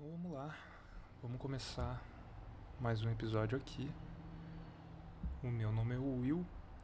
Então vamos lá, vamos começar mais um episódio aqui. O meu nome é Will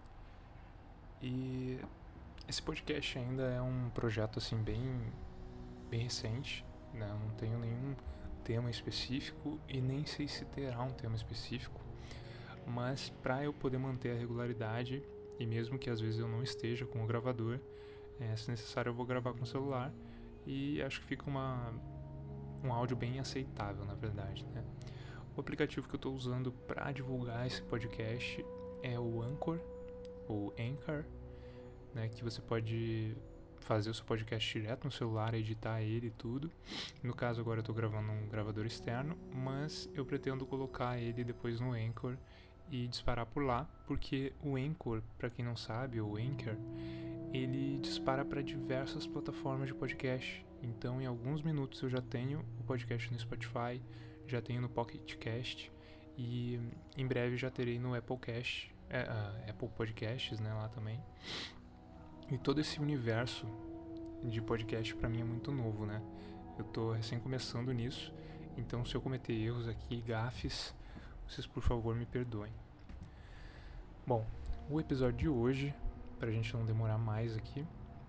e esse podcast ainda é um projeto assim bem recente, né? Eu não tenho nenhum tema específico e nem sei se terá um tema específico, mas para eu poder manter a regularidade e mesmo que às vezes eu não esteja com o gravador, se necessário eu vou gravar com o celular e acho que fica um áudio bem aceitável, na verdade, né? O aplicativo que eu estou usando para divulgar esse podcast é o Anchor, ou Anchor, né, que você pode fazer o seu podcast direto no celular, editar ele e tudo. No caso, agora eu estou gravando um gravador externo, mas eu pretendo colocar ele depois no Anchor e disparar por lá, porque o Anchor, para quem não sabe, o Anchor, ele dispara para diversas plataformas de podcast. Então, em alguns minutos eu já tenho o podcast no Spotify, já tenho no Pocket Cast e em breve já terei no Apple Cast, Apple Podcasts, né, lá também. E todo esse universo de podcast para mim é muito novo, né? Eu tô recém começando nisso, então se eu cometer erros aqui, gafes, vocês por favor me perdoem. Bom, o episódio de hoje, pra gente não demorar mais aqui,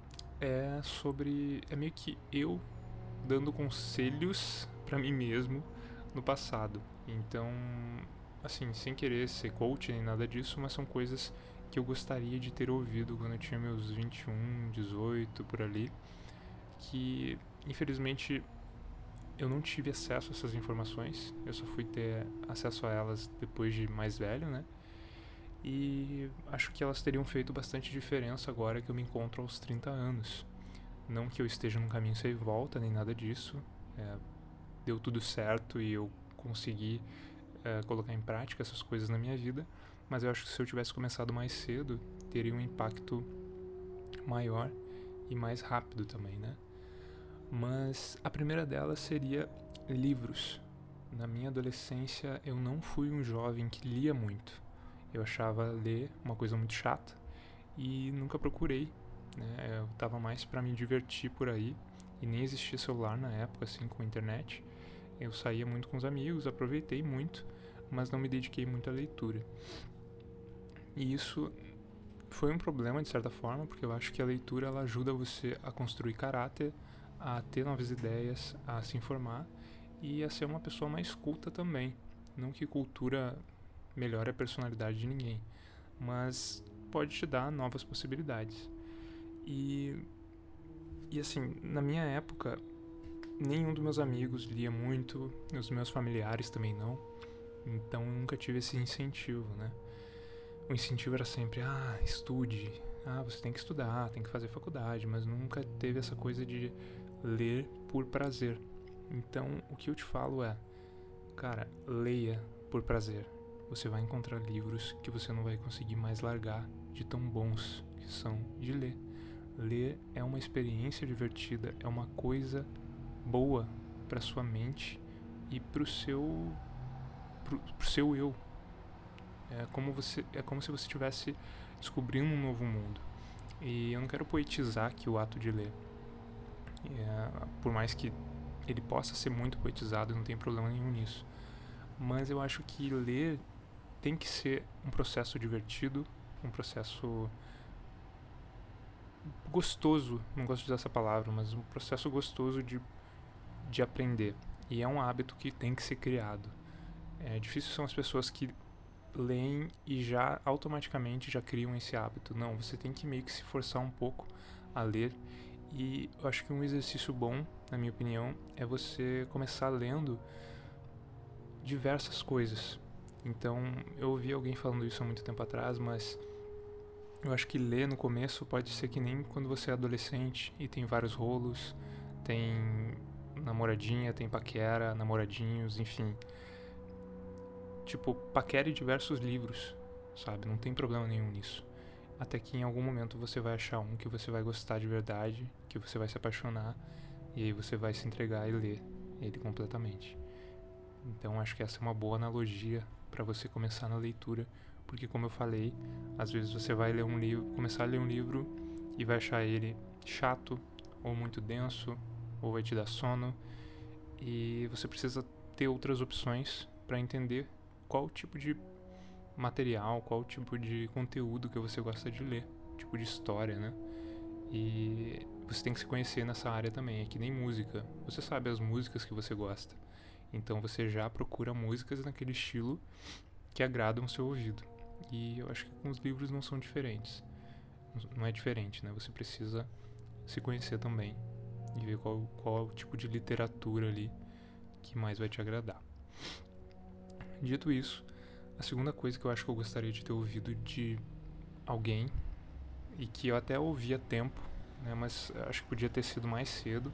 é meio que eu dando conselhos para mim mesmo no passado. Então, assim, sem querer ser coach nem nada disso, mas são coisas que eu gostaria de ter ouvido quando eu tinha meus 21, 18, por ali, que infelizmente eu não tive acesso a essas informações, eu só fui ter acesso a elas depois de mais velho, né? E acho que elas teriam feito bastante diferença agora que eu me encontro aos 30 anos. Não que eu esteja num caminho sem volta, nem nada disso. Deu tudo certo e eu consegui colocar em prática essas coisas na minha vida. Mas eu acho que se eu tivesse começado mais cedo, teria um impacto maior e mais rápido também, né? Mas a primeira delas seria livros. Na minha adolescência, eu não fui um jovem que lia muito. Eu achava ler uma coisa muito chata e nunca procurei, né? Eu tava mais para me divertir por aí e nem existia celular na época, assim, com internet. Eu saía muito com os amigos, aproveitei muito, mas não me dediquei muito à leitura. E isso foi um problema de certa forma, porque eu acho que a leitura ela ajuda você a construir caráter, a ter novas ideias, a se informar e a ser uma pessoa mais culta também. Não que cultura melhore a personalidade de ninguém, mas pode te dar novas possibilidades. E assim, na minha época, nenhum dos meus amigos lia muito, os meus familiares também não, então eu nunca tive esse incentivo, né? O incentivo era sempre, estude, você tem que estudar, tem que fazer faculdade, mas nunca teve essa coisa de ler por prazer. Então, o que eu te falo é, cara, leia por prazer. Você vai encontrar livros que você não vai conseguir mais largar de tão bons que são de ler. Ler é uma experiência divertida, é uma coisa boa para sua mente e pro seu eu. É como se você estivesse descobrindo um novo mundo. E eu não quero poetizar aqui o ato de ler. Por mais que ele possa ser muito poetizado, não tem problema nenhum nisso. Mas eu acho que ler tem que ser um processo divertido, um processo gostoso, não gosto de usar essa palavra, mas um processo gostoso de aprender. E é um hábito que tem que ser criado. É difícil são as pessoas que leem e já automaticamente já criam esse hábito. Não, você tem que meio que se forçar um pouco a ler. E eu acho que um exercício bom, na minha opinião, é você começar lendo diversas coisas. Então, eu ouvi alguém falando isso há muito tempo atrás, mas eu acho que ler no começo pode ser que nem quando você é adolescente e tem vários rolos, tem namoradinha, tem paquera, namoradinhos, enfim. Tipo, paquere diversos livros, sabe? Não tem problema nenhum nisso. Até que em algum momento você vai achar um que você vai gostar de verdade, que você vai se apaixonar, e aí você vai se entregar e ler ele completamente. Então acho que essa é uma boa analogia para você começar na leitura, porque como eu falei, às vezes você vai ler um livro, começar a ler um livro e vai achar ele chato, ou muito denso, ou vai te dar sono, e você precisa ter outras opções para entender qual tipo de material, qual tipo de conteúdo que você gosta de ler, tipo de história, né? E você tem que se conhecer nessa área também, é que nem música. Você sabe as músicas que você gosta, então você já procura músicas naquele estilo que agradam o seu ouvido. E eu acho que com os livros não são diferentes. Não é diferente, né? Você precisa se conhecer também e ver qual é o tipo de literatura ali que mais vai te agradar. Dito isso, a segunda coisa que eu acho que eu gostaria de ter ouvido de alguém, e que eu até ouvi a tempo, né, mas acho que podia ter sido mais cedo,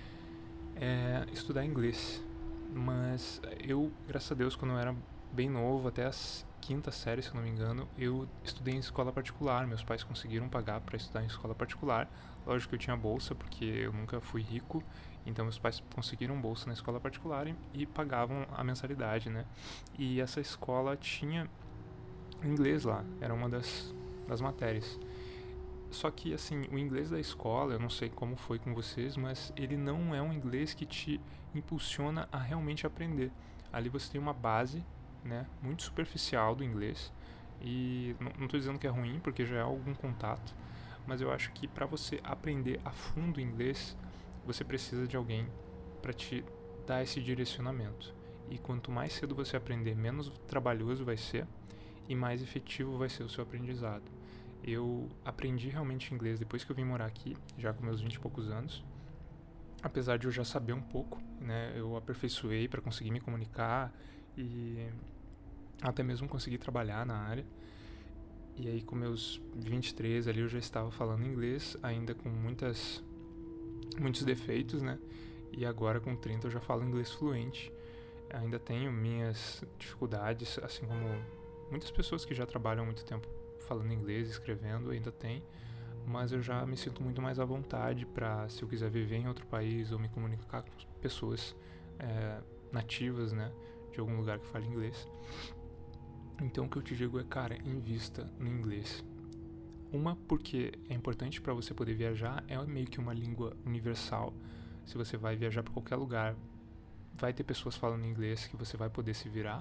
é estudar inglês. Mas eu, graças a Deus, quando eu era bem novo, até a quinta série, se eu não me engano, eu estudei em escola particular. Meus pais conseguiram pagar para estudar em escola particular. Lógico que eu tinha bolsa, porque eu nunca fui rico, então meus pais conseguiram bolsa na escola particular e pagavam a mensalidade, né? E essa escola tinha inglês lá, era uma das matérias. Só que, assim, o inglês da escola, eu não sei como foi com vocês, mas ele não é um inglês que te impulsiona a realmente aprender. Ali você tem uma base, né, muito superficial do inglês. E não estou dizendo que é ruim, porque já é algum contato. Mas eu acho que para você aprender a fundo inglês, você precisa de alguém para te dar esse direcionamento. E quanto mais cedo você aprender, menos trabalhoso vai ser e mais efetivo vai ser o seu aprendizado. Eu aprendi realmente inglês depois que eu vim morar aqui, já com meus 20 e poucos anos. Apesar de eu já saber um pouco, né, eu aperfeiçoei para conseguir me comunicar e até mesmo conseguir trabalhar na área. E aí com meus 23 ali eu já estava falando inglês, ainda com muitos defeitos, né? E agora com 30 eu já falo inglês fluente. Ainda tenho minhas dificuldades, assim como muitas pessoas que já trabalham há muito tempo falando inglês, escrevendo, ainda tem, mas eu já me sinto muito mais à vontade para, se eu quiser viver em outro país ou me comunicar com pessoas nativas, né, de algum lugar que fale inglês. Então o que eu te digo é, cara, invista no inglês. Uma, porque é importante para você poder viajar, é meio que uma língua universal. Se você vai viajar para qualquer lugar, vai ter pessoas falando inglês que você vai poder se virar.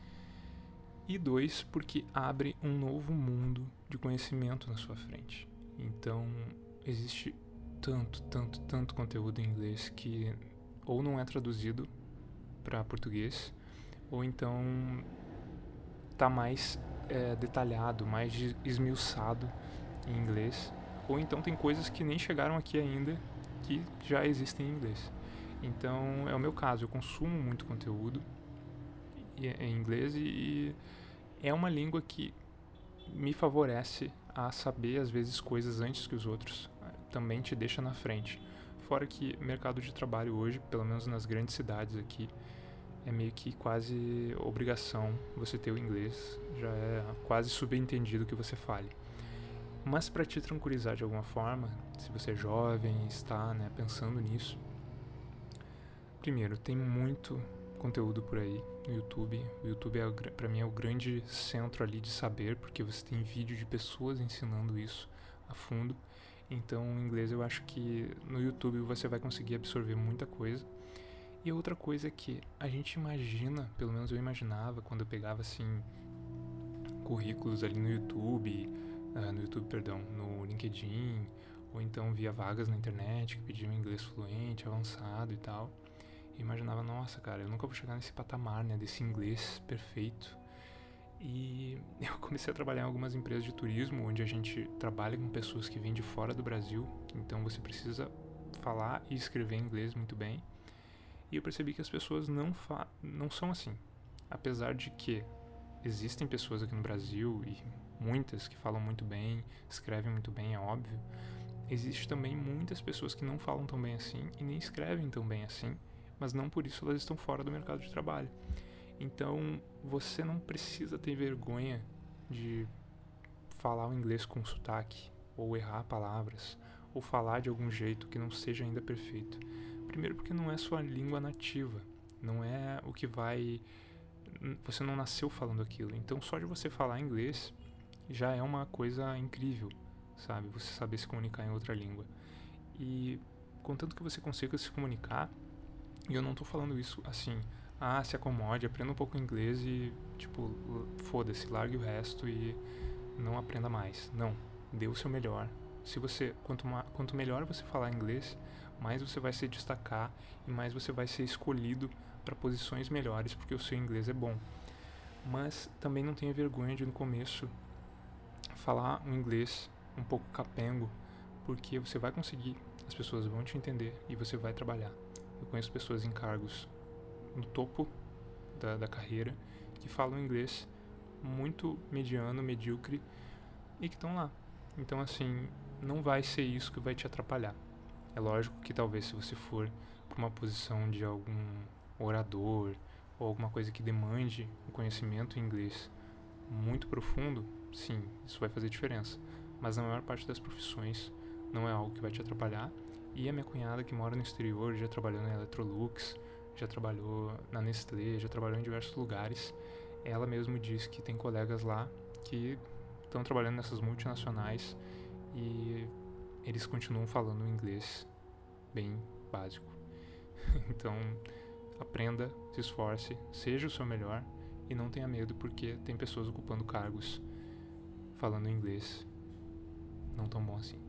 E dois, porque abre um novo mundo de conhecimento na sua frente. Então, existe tanto conteúdo em inglês que ou não é traduzido para português, ou então tá mais detalhado, mais esmiuçado em inglês, ou então tem coisas que nem chegaram aqui ainda que já existem em inglês. Então, é o meu caso, eu consumo muito conteúdo em inglês e é uma língua que me favorece a saber às vezes coisas antes que os outros, também te deixa na frente. Fora que mercado de trabalho hoje, pelo menos nas grandes cidades aqui, é meio que quase obrigação você ter o inglês, já é quase subentendido que você fale. Mas para te tranquilizar de alguma forma, se você é jovem e está, né, pensando nisso, primeiro, tem muito conteúdo por aí no YouTube. O YouTube para mim é o grande centro ali de saber, porque você tem vídeo de pessoas ensinando isso a fundo. Então, em inglês eu acho que no YouTube você vai conseguir absorver muita coisa. E outra coisa é que a gente imagina, pelo menos eu imaginava quando eu pegava assim currículos ali no YouTube, no LinkedIn, ou então via vagas na internet que pediam inglês fluente, avançado e tal. Eu imaginava, nossa, cara, eu nunca vou chegar nesse patamar, né, desse inglês perfeito. E eu comecei a trabalhar em algumas empresas de turismo, onde a gente trabalha com pessoas que vêm de fora do Brasil, então você precisa falar e escrever inglês muito bem. E eu percebi que as pessoas não são assim. Apesar de que existem pessoas aqui no Brasil, e muitas que falam muito bem, escrevem muito bem, é óbvio, existe também muitas pessoas que não falam tão bem assim e nem escrevem tão bem assim, mas não por isso elas estão fora do mercado de trabalho. Então, você não precisa ter vergonha de falar o inglês com sotaque, ou errar palavras, ou falar de algum jeito que não seja ainda perfeito. Primeiro porque não é sua língua nativa, não é o que vai... Você não nasceu falando aquilo, então só de você falar inglês já é uma coisa incrível, sabe? Você saber se comunicar em outra língua. E contanto que você consiga se comunicar, E eu não tô falando isso assim, se acomode, aprenda um pouco inglês e, tipo, foda-se, largue o resto e não aprenda mais. Não, dê o seu melhor. Se você, quanto melhor você falar inglês, mais você vai se destacar e mais você vai ser escolhido para posições melhores, porque o seu inglês é bom. Mas também não tenha vergonha de no começo falar um inglês um pouco capengo, porque você vai conseguir, as pessoas vão te entender e você vai trabalhar. Eu conheço pessoas em cargos no topo da carreira que falam inglês muito mediano, medíocre e que estão lá. Então, assim, não vai ser isso que vai te atrapalhar. É lógico que talvez se você for para uma posição de algum orador ou alguma coisa que demande um conhecimento em inglês muito profundo, sim, isso vai fazer diferença. Mas na maior parte das profissões não é algo que vai te atrapalhar. E a minha cunhada, que mora no exterior, já trabalhou na Electrolux, já trabalhou na Nestlé, já trabalhou em diversos lugares. Ela mesmo diz que tem colegas lá que estão trabalhando nessas multinacionais e eles continuam falando inglês bem básico. Então, aprenda, se esforce, seja o seu melhor e não tenha medo, porque tem pessoas ocupando cargos falando inglês não tão bom assim.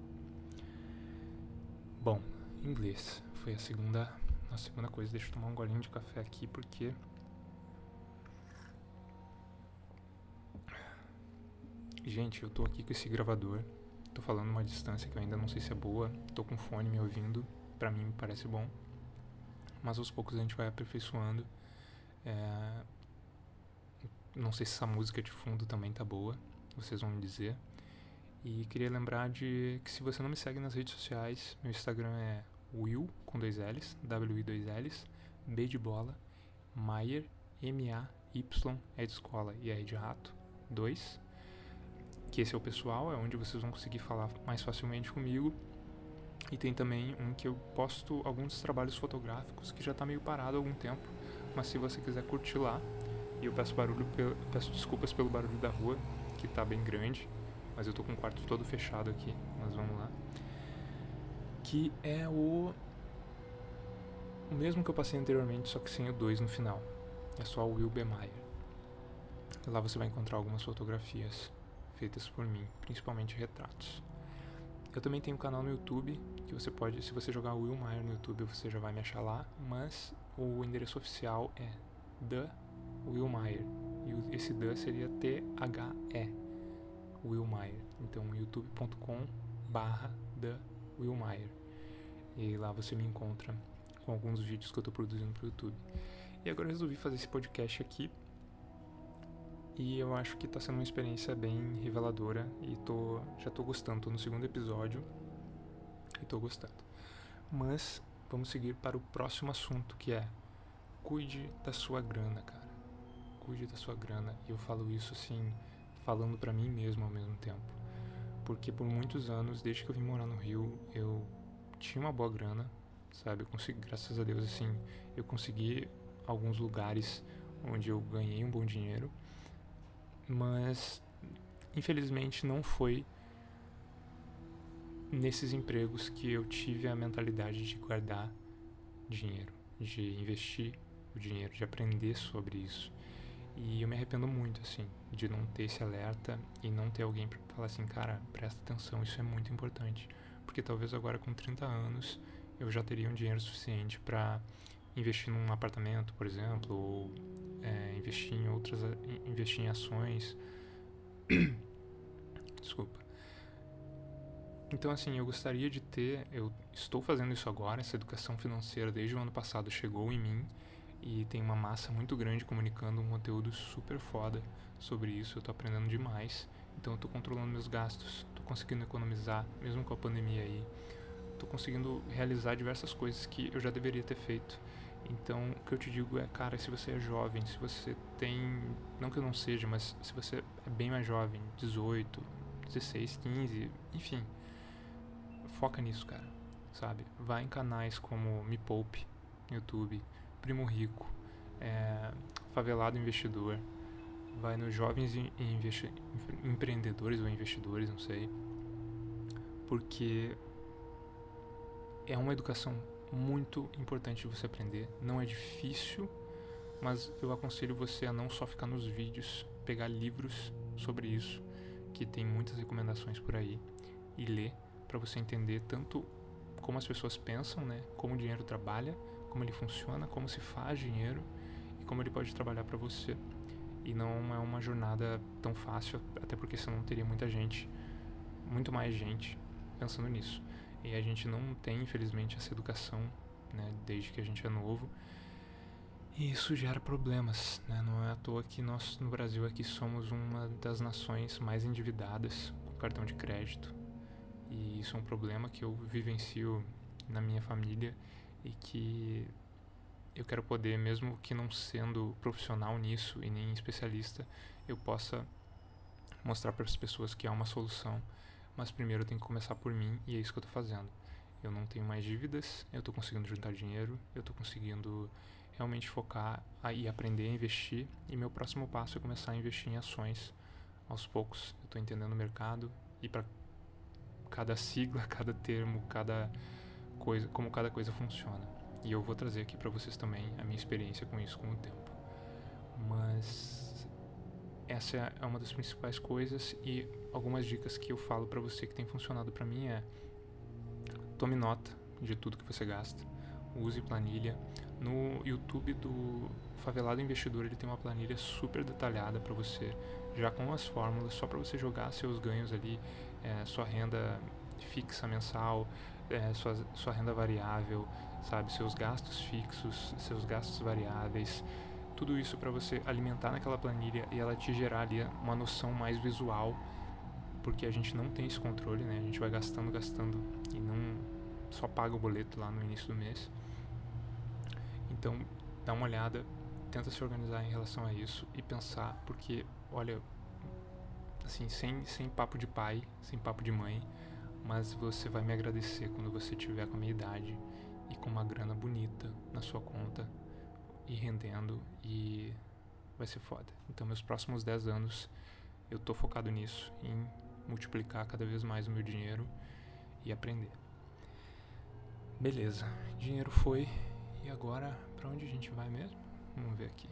Bom, inglês foi a segunda coisa. Deixa eu tomar um golinho de café aqui, porque gente, eu tô aqui com esse gravador, tô falando uma distância que eu ainda não sei se é boa, tô com fone me ouvindo, pra mim me parece bom, mas aos poucos a gente vai aperfeiçoando. Não sei se essa música de fundo também tá boa, vocês vão me dizer. E queria lembrar de que se você não me segue nas redes sociais, meu Instagram é Will, com 2 L's, W-I 2 L's, B de bola, Maier, M-A-Y, é de escola e R de rato, 2. Que esse é o pessoal, é onde vocês vão conseguir falar mais facilmente comigo. E tem também um que eu posto alguns trabalhos fotográficos, que já tá meio parado há algum tempo, mas se você quiser curtir lá, e eu peço desculpas pelo barulho da rua, que tá bem grande, mas eu tô com o quarto todo fechado aqui, mas vamos lá. Que é o mesmo que eu passei anteriormente, só que sem o 2 no final. É só o Will B. Maier. Lá você vai encontrar algumas fotografias feitas por mim, principalmente retratos. Eu também tenho um canal no YouTube, que você pode, se você jogar Will Maier no YouTube, você já vai me achar lá, mas o endereço oficial é The Will Maier. E esse The seria T-H-E, Will Maier. Então, youtube.com/The Will Maier. E lá você me encontra com alguns vídeos que eu tô produzindo pro YouTube. E agora eu resolvi fazer esse podcast aqui. E eu acho que tá sendo uma experiência bem reveladora e já tô gostando, tô no 2º episódio e tô gostando. Mas vamos seguir para o próximo assunto, que é: cuide da sua grana, cara. Cuide da sua grana. E eu falo isso assim, falando pra mim mesmo ao mesmo tempo. Porque por muitos anos, desde que eu vim morar no Rio, eu tinha uma boa grana, sabe? Eu consegui, graças a Deus, assim, eu consegui alguns lugares onde eu ganhei um bom dinheiro. Mas, infelizmente, não foi nesses empregos que eu tive a mentalidade de guardar dinheiro, de investir o dinheiro, de aprender sobre isso. E eu me arrependo muito, assim, de não ter esse alerta e não ter alguém pra falar assim: cara, presta atenção, isso é muito importante. Porque talvez agora com 30 anos eu já teria um dinheiro suficiente pra investir num apartamento, por exemplo, ou investir em ações. Desculpa. Então, assim, eu estou fazendo isso agora, essa educação financeira desde o ano passado chegou em mim e tem uma massa muito grande comunicando um conteúdo super foda sobre isso, eu tô aprendendo demais, então eu tô controlando meus gastos, tô conseguindo economizar, mesmo com a pandemia aí, tô conseguindo realizar diversas coisas que eu já deveria ter feito. Então, o que eu te digo é, cara, se você é jovem, se você tem, não que eu não seja, mas se você é bem mais jovem, 18, 16, 15, enfim, foca nisso, cara, sabe? Vai em canais como Me Poupe no YouTube, Primo Rico, Favelado Investidor, vai nos Jovens Empreendedores ou Investidores, não sei, porque é uma educação muito importante de você aprender. Não é difícil, mas eu aconselho você a não só ficar nos vídeos, pegar livros sobre isso, que tem muitas recomendações por aí, e ler para você entender tanto como as pessoas pensam, né, como o dinheiro trabalha, como ele funciona, como se faz dinheiro e como ele pode trabalhar para você. E não é uma jornada tão fácil, até porque senão teria muita gente, muito mais gente pensando nisso. E a gente não tem, infelizmente, essa educação, né, desde que a gente é novo. E isso gera problemas, né? Não é à toa que nós, no Brasil, aqui somos uma das nações mais endividadas com cartão de crédito. E isso é um problema que eu vivencio na minha família e que eu quero poder, mesmo que não sendo profissional nisso e nem especialista, eu possa mostrar para as pessoas que há uma solução. Mas primeiro eu tenho que começar por mim e é isso que eu estou fazendo. Eu não tenho mais dívidas, eu estou conseguindo juntar dinheiro, eu estou conseguindo realmente focar e aprender a investir. E meu próximo passo é começar a investir em ações aos poucos. Eu estou entendendo o mercado e para cada sigla, cada termo, cada coisa, como cada coisa funciona. E eu vou trazer aqui para vocês também a minha experiência com isso com o tempo. Mas essa é uma das principais coisas e algumas dicas que eu falo para você que tem funcionado para mim é: tome nota de tudo que você gasta, use planilha. No YouTube do Favelado Investidor ele tem uma planilha super detalhada para você, já com as fórmulas, só para você jogar seus ganhos ali, sua renda fixa mensal, sua renda variável, sabe, seus gastos fixos, seus gastos variáveis, tudo isso para você alimentar naquela planilha e ela te gerar ali uma noção mais visual, porque a gente não tem esse controle, né? A gente vai gastando e não só paga o boleto lá no início do mês. Então, dá uma olhada, tenta se organizar em relação a isso e pensar, porque, olha, assim, sem papo de pai, sem papo de mãe, mas você vai me agradecer quando você tiver com a minha idade e com uma grana bonita na sua conta e rendendo, e vai ser foda. Então, meus próximos 10 anos eu tô focado nisso, em multiplicar cada vez mais o meu dinheiro e aprender. Beleza, dinheiro foi. E agora, pra onde a gente vai mesmo? Vamos ver aqui.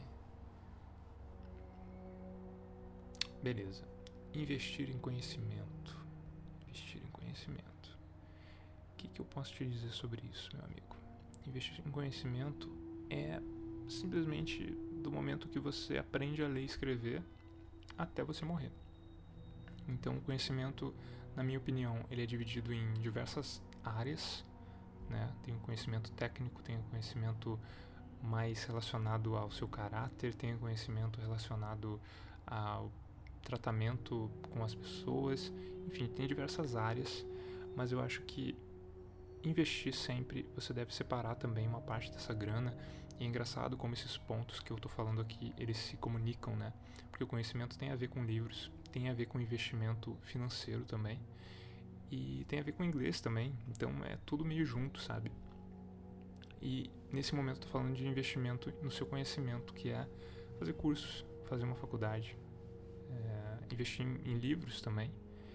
Beleza. Investir em conhecimento. Investir em conhecimento. O que eu posso te dizer sobre isso, meu amigo? Investir em conhecimento é simplesmente do momento que você aprende a ler e escrever até você morrer. Então, o conhecimento, na minha opinião, ele é dividido em diversas áreas, né? Tem o conhecimento técnico, tem o conhecimento mais relacionado ao seu caráter, tem o conhecimento relacionado ao tratamento com as pessoas, enfim, tem diversas áreas, mas eu acho que investir sempre, você deve separar também uma parte dessa grana. E é engraçado como esses pontos que eu tô falando aqui, eles se comunicam, né? Porque o conhecimento tem a ver com livros, tem a ver com investimento financeiro também, e tem a ver com inglês também, então é tudo meio junto, sabe? E nesse momento eu tô falando de investimento no seu conhecimento, que é fazer cursos, fazer uma faculdade, investir em livros também.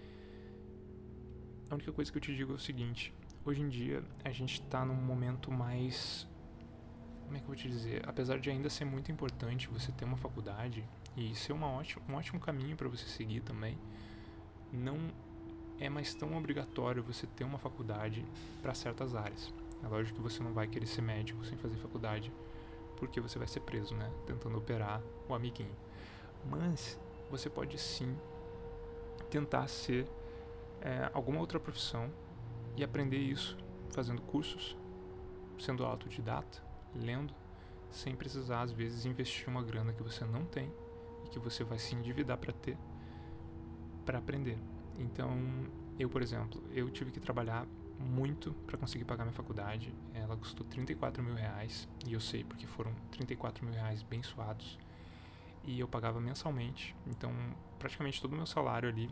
A única coisa que eu te digo é o seguinte: hoje em dia a gente tá num momento mais, como é que eu vou te dizer, apesar de ainda ser muito importante você ter uma faculdade e ser um ótimo caminho para você seguir também, não é mais tão obrigatório você ter uma faculdade para certas áreas. É lógico que você não vai querer ser médico sem fazer faculdade, porque você vai ser preso, né, tentando operar o amiguinho. Mas você pode sim tentar ser alguma outra profissão e aprender isso fazendo cursos, sendo autodidata, lendo, sem precisar às vezes investir uma grana que você não tem e que você vai se endividar para ter, para aprender. Então, eu, por exemplo, eu tive que trabalhar muito para conseguir pagar minha faculdade. Ela custou R$34 mil, e eu sei porque foram R$34 mil bem suados, e eu pagava mensalmente. Então, praticamente todo o meu salário ali,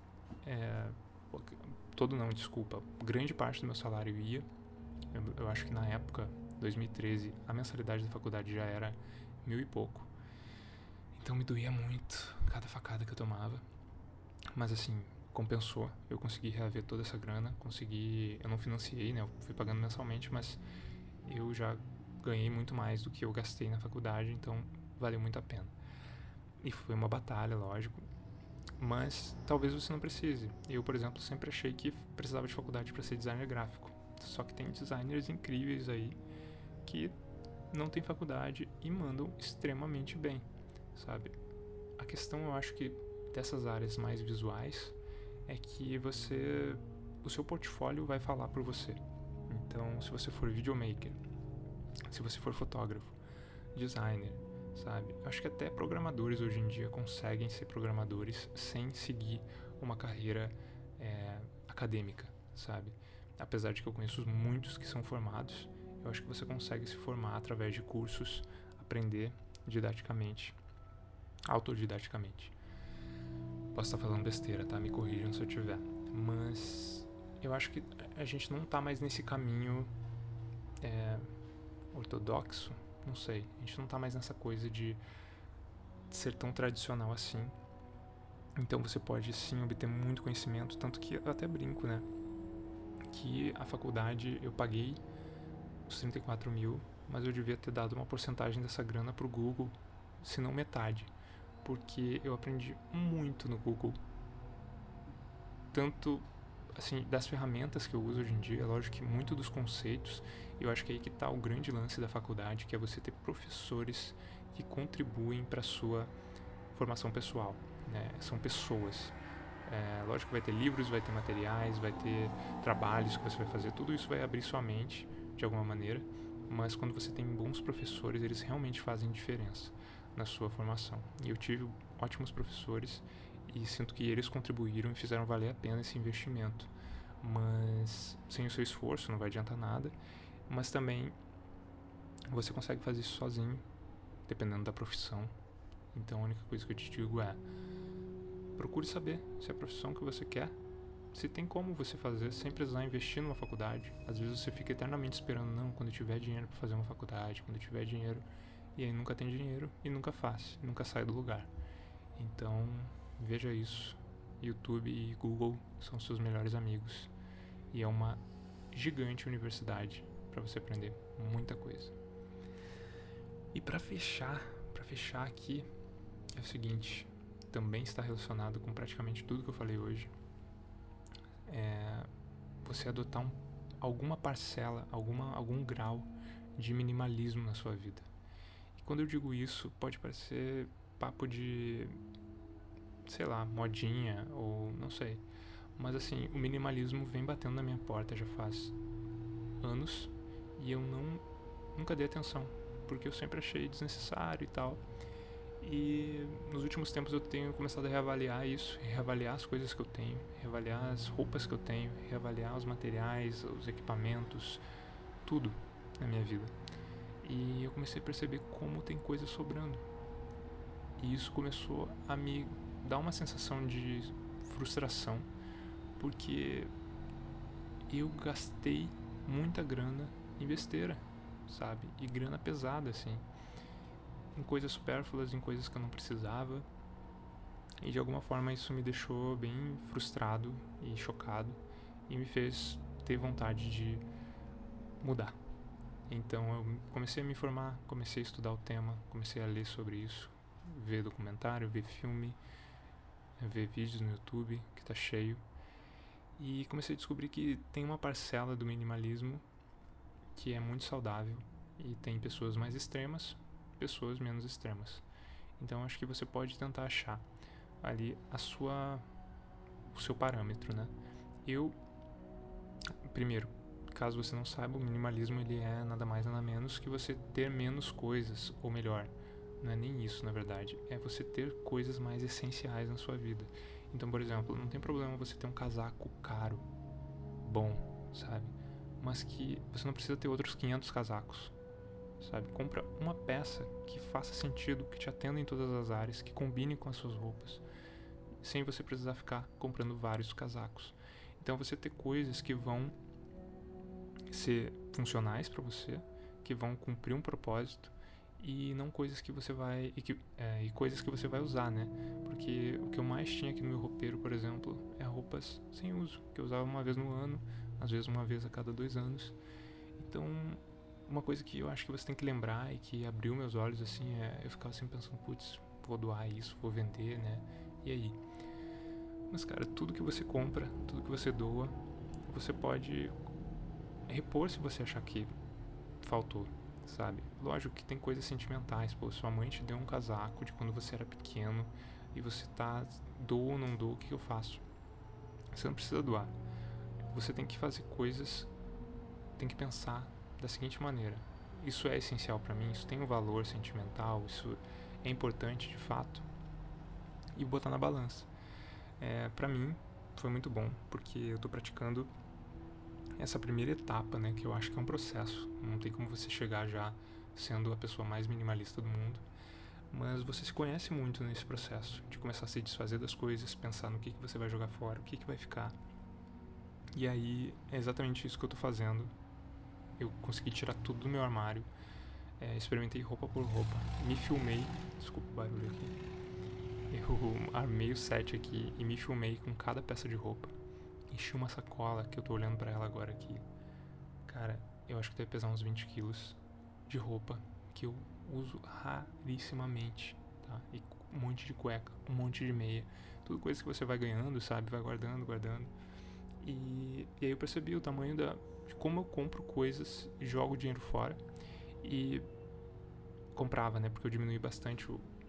grande parte do meu salário ia. Eu acho que na época, 2013, a mensalidade da faculdade já era 1.000 e pouco. Então me doía muito cada facada que eu tomava. Mas assim, compensou. Eu consegui reaver toda essa grana. Eu não financiei, né? Eu fui pagando mensalmente, mas eu já ganhei muito mais do que eu gastei na faculdade, então valeu muito a pena. E foi uma batalha, lógico, mas talvez você não precise. Eu, por exemplo, sempre achei que precisava de faculdade para ser designer gráfico, só que tem designers incríveis aí que não tem faculdade e mandam extremamente bem, sabe? A questão, eu acho que dessas áreas mais visuais é que o seu portfólio vai falar por você. Então, se você for videomaker, se você for fotógrafo, designer, sabe? Acho que até programadores hoje em dia conseguem ser programadores sem seguir uma carreira acadêmica, sabe? Apesar de que eu conheço muitos que são formados, eu acho que você consegue se formar através de cursos, aprender didaticamente, autodidaticamente. Posso estar falando besteira, tá? Me corrijam se eu tiver. Mas eu acho que a gente não tá mais nesse caminho ortodoxo, não sei. A gente não tá mais nessa coisa de ser tão tradicional assim. Então você pode sim obter muito conhecimento, tanto que eu até brinco, né? Que a faculdade eu paguei os 34 mil, mas eu devia ter dado uma porcentagem dessa grana pro Google, se não metade. Porque eu aprendi muito no Google. Tanto assim, das ferramentas que eu uso hoje em dia, é lógico que muito dos conceitos, eu acho que é aí que está o grande lance da faculdade, que é você ter professores que contribuem para a sua formação pessoal, né? São pessoas. Lógico que vai ter livros, vai ter materiais, vai ter trabalhos que você vai fazer, tudo isso vai abrir sua mente de alguma maneira, mas quando você tem bons professores, eles realmente fazem diferença na sua formação. E eu tive ótimos professores e sinto que eles contribuíram e fizeram valer a pena esse investimento. Mas sem o seu esforço não vai adiantar nada, mas também você consegue fazer isso sozinho, dependendo da profissão. Então a única coisa que eu te digo é: procure saber se é a profissão que você quer, se tem como você fazer sem precisar investir numa faculdade. Às vezes você fica eternamente esperando, não, quando eu tiver dinheiro para fazer uma faculdade, quando eu tiver dinheiro, e aí nunca tem dinheiro e nunca faz, nunca sai do lugar. Então veja isso. YouTube e Google são seus melhores amigos e é uma gigante universidade para você aprender muita coisa. E para fechar aqui é o seguinte, também está relacionado com praticamente tudo que eu falei hoje. Você adotar alguma parcela, algum grau de minimalismo na sua vida. E quando eu digo isso, pode parecer papo de, sei lá, modinha ou não sei. Mas assim, o minimalismo vem batendo na minha porta já faz anos e eu nunca dei atenção, porque eu sempre achei desnecessário e tal. E nos últimos tempos eu tenho começado a reavaliar isso, reavaliar as coisas que eu tenho, reavaliar as roupas que eu tenho, reavaliar os materiais, os equipamentos, tudo na minha vida. E eu comecei a perceber como tem coisa sobrando. E isso começou a me dar uma sensação de frustração, porque eu gastei muita grana em besteira, sabe? E grana pesada, assim, em coisas supérfluas, em coisas que eu não precisava. E de alguma forma isso me deixou bem frustrado e chocado e me fez ter vontade de mudar. Então eu comecei a me informar, comecei a estudar o tema, comecei a ler sobre isso, ver documentário, ver filme, ver vídeos no YouTube, que tá cheio. E comecei a descobrir que tem uma parcela do minimalismo que é muito saudável e tem pessoas mais extremas, pessoas menos extremas. Então acho que você pode tentar achar ali o seu parâmetro, né? Primeiro, caso você não saiba, o minimalismo ele é nada mais nada menos que você ter menos coisas, ou melhor, não é nem isso na verdade, é você ter coisas mais essenciais na sua vida. Então, por exemplo, não tem problema você ter um casaco caro, bom, sabe? Mas que você não precisa ter outros 500 casacos, sabe? Compra uma peça que faça sentido, que te atenda em todas as áreas, que combine com as suas roupas, sem você precisar ficar comprando vários casacos. Então você ter coisas que vão ser funcionais para você, que vão cumprir um propósito e não coisas que você vai e coisas que você vai usar, né? Porque o que eu mais tinha aqui no meu roupeiro, por exemplo, é roupas sem uso, que eu usava uma vez no ano, às vezes uma vez a cada 2 anos. Então uma coisa que eu acho que você tem que lembrar e que abriu meus olhos, assim, eu ficava sempre pensando, putz, vou doar isso, vou vender, né? E aí? Mas, cara, tudo que você compra, tudo que você doa, você pode repor se você achar que faltou, sabe? Lógico que tem coisas sentimentais. Pô, sua mãe te deu um casaco de quando você era pequeno e você tá, dou ou não dou, o que eu faço? Você não precisa doar. Você tem que fazer coisas, tem que pensar da seguinte maneira: isso é essencial para mim, isso tem um valor sentimental, isso é importante de fato, e botar na balança. Para mim foi muito bom, porque eu tô praticando essa primeira etapa, né, que eu acho que é um processo. Não tem como você chegar já sendo a pessoa mais minimalista do mundo, mas você se conhece muito nesse processo de começar a se desfazer das coisas, pensar no que você vai jogar fora, o que vai ficar. E aí é exatamente isso que eu tô fazendo. Eu consegui tirar tudo do meu armário, experimentei roupa por roupa, me filmei, desculpa o barulho aqui, eu armei o set aqui e me filmei com cada peça de roupa. Enchi uma sacola, que eu tô olhando pra ela agora aqui. Cara, eu acho que deve pesar uns 20 quilos de roupa que eu uso rarissimamente, tá? E um monte de cueca, um monte de meia. Tudo coisa que você vai ganhando, sabe? Vai guardando. E aí eu percebi o tamanho de como eu compro coisas e jogo dinheiro fora. E comprava, né? Porque eu diminui bastante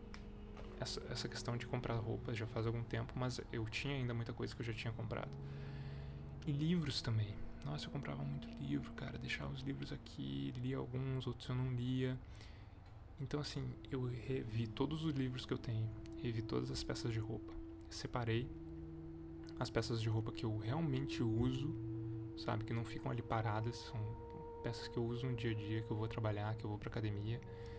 essa questão de comprar roupas já faz algum tempo, mas eu tinha ainda muita coisa que eu já tinha comprado. E livros também. Nossa, eu comprava muito livro, cara. Deixava os livros aqui, lia alguns, outros eu não lia. Então, assim, eu revi todos os livros que eu tenho, revi todas as peças de roupa. Separei as peças de roupa que eu realmente uso, sabe? Que não ficam ali paradas, são peças que eu uso no dia a dia, que eu vou trabalhar, que eu vou pra academia.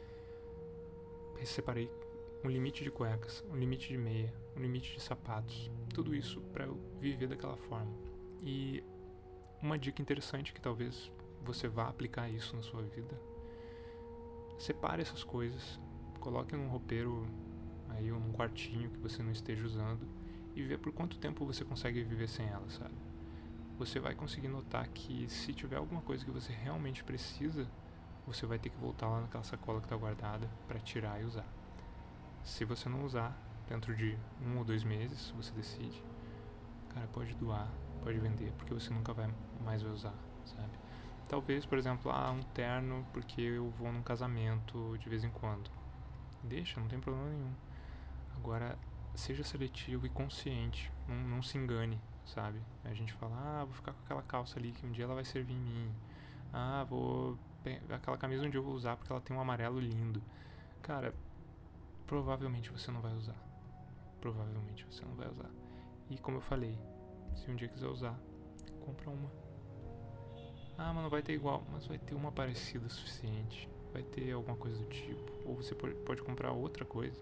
Separei um limite de cuecas, um limite de meia, um limite de sapatos, tudo isso para eu viver daquela forma. E uma dica interessante que talvez você vá aplicar isso na sua vida: separe essas coisas, coloque num roupeiro aí ou num quartinho que você não esteja usando e vê por quanto tempo você consegue viver sem ela, sabe? Você vai conseguir notar que se tiver alguma coisa que você realmente precisa, você vai ter que voltar lá naquela sacola que está guardada para tirar e usar. Se você não usar, dentro de 1 ou 2 meses, você decide, cara, pode doar, pode vender, porque você nunca mais vai usar, sabe? Talvez, por exemplo, um terno porque eu vou num casamento de vez em quando. Deixa, não tem problema nenhum. Agora, seja seletivo e consciente, não se engane, sabe? A gente fala, vou ficar com aquela calça ali que um dia ela vai servir em mim. Aquela camisa um dia eu vou usar porque ela tem um amarelo lindo. Cara, provavelmente você não vai usar. Provavelmente você não vai usar. E como eu falei, se um dia quiser usar, compra uma. Mas não vai ter igual, mas vai ter uma parecida o suficiente. Vai ter alguma coisa do tipo. Ou você pode comprar outra coisa.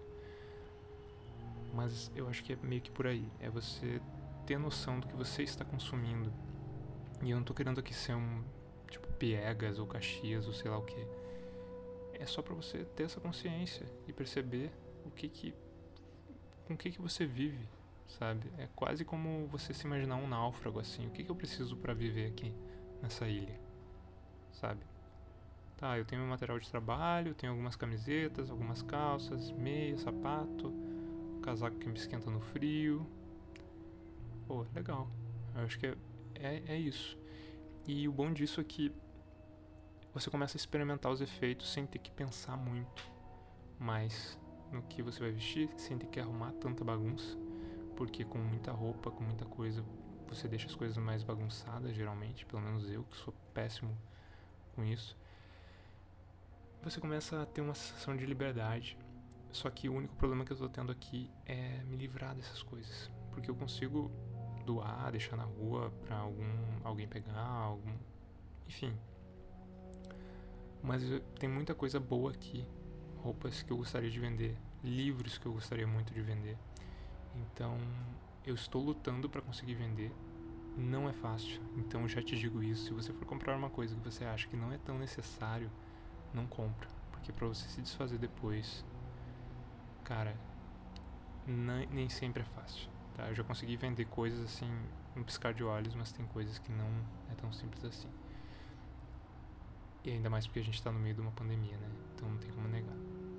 Mas eu acho que é meio que por aí. É você ter noção do que você está consumindo. E eu não tô querendo aqui ser um tipo Piegas ou Caxias ou sei lá o que. É só pra você ter essa consciência e perceber com o que você vive, sabe? É quase como você se imaginar um náufrago assim. O que eu preciso pra viver aqui nessa ilha, sabe? Tá, eu tenho meu material de trabalho, tenho algumas camisetas, algumas calças, meia, sapato, casaco que me esquenta no frio. Pô, legal. Eu acho que é isso. E o bom disso é que você começa a experimentar os efeitos sem ter que pensar muito mais no que você vai vestir, sem ter que arrumar tanta bagunça, porque com muita roupa, com muita coisa, você deixa as coisas mais bagunçadas, geralmente, pelo menos eu, que sou péssimo com isso. Você começa a ter uma sensação de liberdade, só que o único problema que eu tô tendo aqui é me livrar dessas coisas, porque eu consigo doar, deixar na rua pra alguém pegar, enfim. Mas tem muita coisa boa aqui, roupas que eu gostaria de vender, livros que eu gostaria muito de vender. Então, eu estou lutando para conseguir vender. Não é fácil, então eu já te digo isso: se você for comprar uma coisa que você acha que não é tão necessário, não compra, porque para você se desfazer depois, cara, nem sempre é fácil, tá? Eu já consegui vender coisas assim, um piscar de olhos, mas tem coisas que não é tão simples assim. E ainda mais porque a gente tá no meio de uma pandemia, né? Então não tem como negar.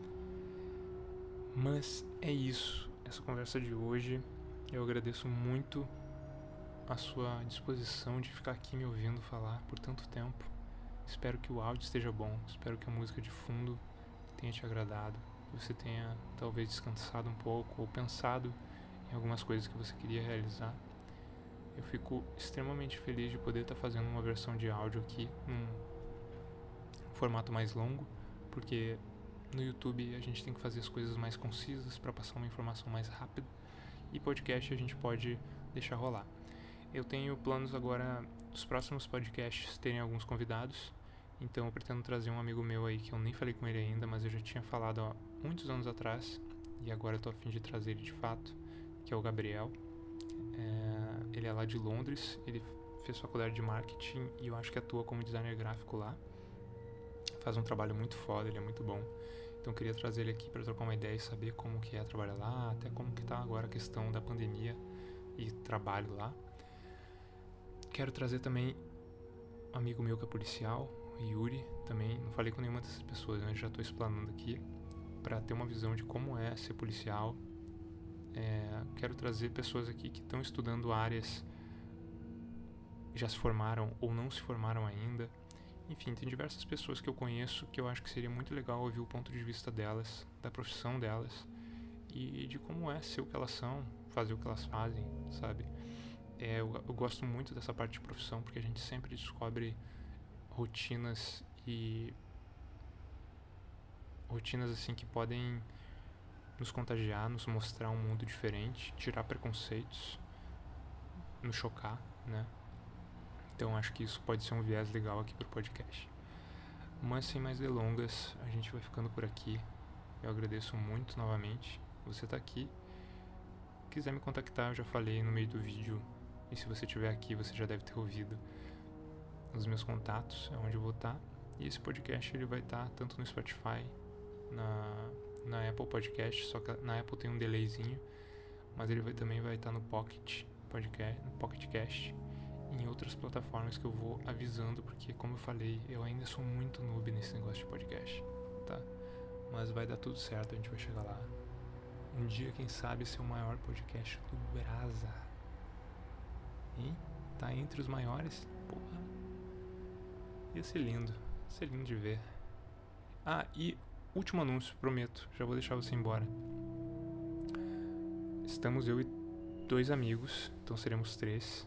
Mas é isso, essa conversa de hoje. Eu agradeço muito a sua disposição de ficar aqui me ouvindo falar por tanto tempo. Espero que o áudio esteja bom, espero que a música de fundo tenha te agradado, que você tenha talvez descansado um pouco ou pensado em algumas coisas que você queria realizar. Eu fico extremamente feliz de poder estar fazendo uma versão de áudio aqui num formato mais longo, porque no YouTube a gente tem que fazer as coisas mais concisas para passar uma informação mais rápida, e podcast a gente pode deixar rolar. Eu tenho planos agora dos próximos podcasts terem alguns convidados, então eu pretendo trazer um amigo meu aí que eu nem falei com ele ainda, mas eu já tinha falado há muitos anos atrás, e agora eu tô a fim de trazer ele de fato, que é o Gabriel. Ele é lá de Londres, ele fez faculdade de marketing e eu acho que atua como designer gráfico lá. Faz um trabalho muito foda, ele é muito bom. Então eu queria trazer ele aqui para trocar uma ideia e saber como que é trabalhar lá, até como que tá agora a questão da pandemia e trabalho lá. Quero trazer também um amigo meu que é policial, Yuri, também. Não falei com nenhuma dessas pessoas, mas já estou explanando aqui para ter uma visão de como é ser policial. Quero trazer pessoas aqui que estão estudando áreas, já se formaram ou não se formaram ainda. Enfim, tem diversas pessoas que eu conheço que eu acho que seria muito legal ouvir o ponto de vista delas, da profissão delas e de como é ser o que elas são, fazer o que elas fazem, sabe? Eu gosto muito dessa parte de profissão porque a gente sempre descobre rotinas assim que podem nos contagiar, nos mostrar um mundo diferente, tirar preconceitos, nos chocar, né? Então acho que isso pode ser um viés legal aqui pro podcast. Mas sem mais delongas, a gente vai ficando por aqui. Eu agradeço muito novamente você tá aqui. Se quiser me contactar, eu já falei no meio do vídeo, e se você estiver aqui você já deve ter ouvido os meus contatos, é onde eu vou estar. E esse podcast ele vai estar tanto no Spotify, na Apple Podcast, só que na Apple tem um delayzinho, mas ele também vai estar no Pocket Podcast, no Pocket Cast, e em outras plataformas que eu vou avisando, porque como eu falei, eu ainda sou muito noob nesse negócio de podcast, tá? Mas vai dar tudo certo, a gente vai chegar lá. Um dia, quem sabe, ser o maior podcast do Brasa. E tá entre os maiores, porra. Ia ser lindo de ver. E último anúncio, prometo, já vou deixar você embora. Estamos eu e 2 amigos, então seremos 3,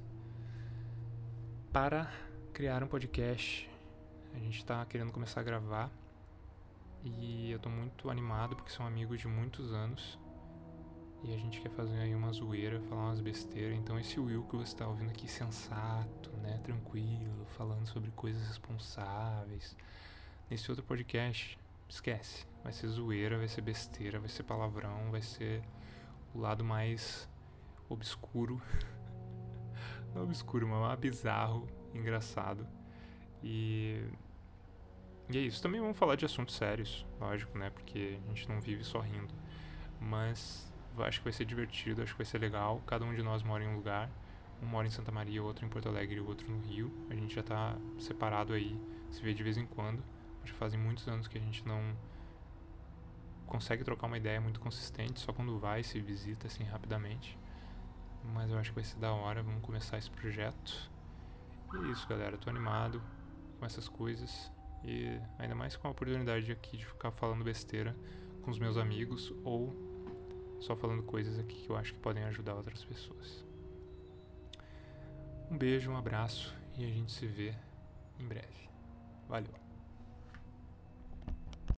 para criar um podcast. A gente tá querendo começar a gravar e eu tô muito animado porque são amigos de muitos anos e a gente quer fazer aí uma zoeira, falar umas besteiras. Então esse Will que você tá ouvindo aqui, sensato, né, tranquilo, falando sobre coisas responsáveis, nesse outro podcast, esquece, vai ser zoeira, vai ser besteira, vai ser palavrão, vai ser o lado mais obscuro não obscuro, mas bizarro, engraçado. E é isso. Também vamos falar de assuntos sérios, lógico, né? Porque a gente não vive só rindo. Mas acho que vai ser divertido, acho que vai ser legal. Cada um de nós mora em um lugar. Um mora em Santa Maria, outro em Porto Alegre e o outro no Rio. A gente já tá separado aí, se vê de vez em quando. Já fazem muitos anos que a gente não consegue trocar uma ideia muito consistente, só quando vai, se visita assim rapidamente. Mas eu acho que vai ser da hora, vamos começar esse projeto. E é isso, galera, eu tô animado com essas coisas. E ainda mais com a oportunidade aqui de ficar falando besteira com os meus amigos, ou só falando coisas aqui que eu acho que podem ajudar outras pessoas. Um beijo, um abraço e a gente se vê em breve. Valeu!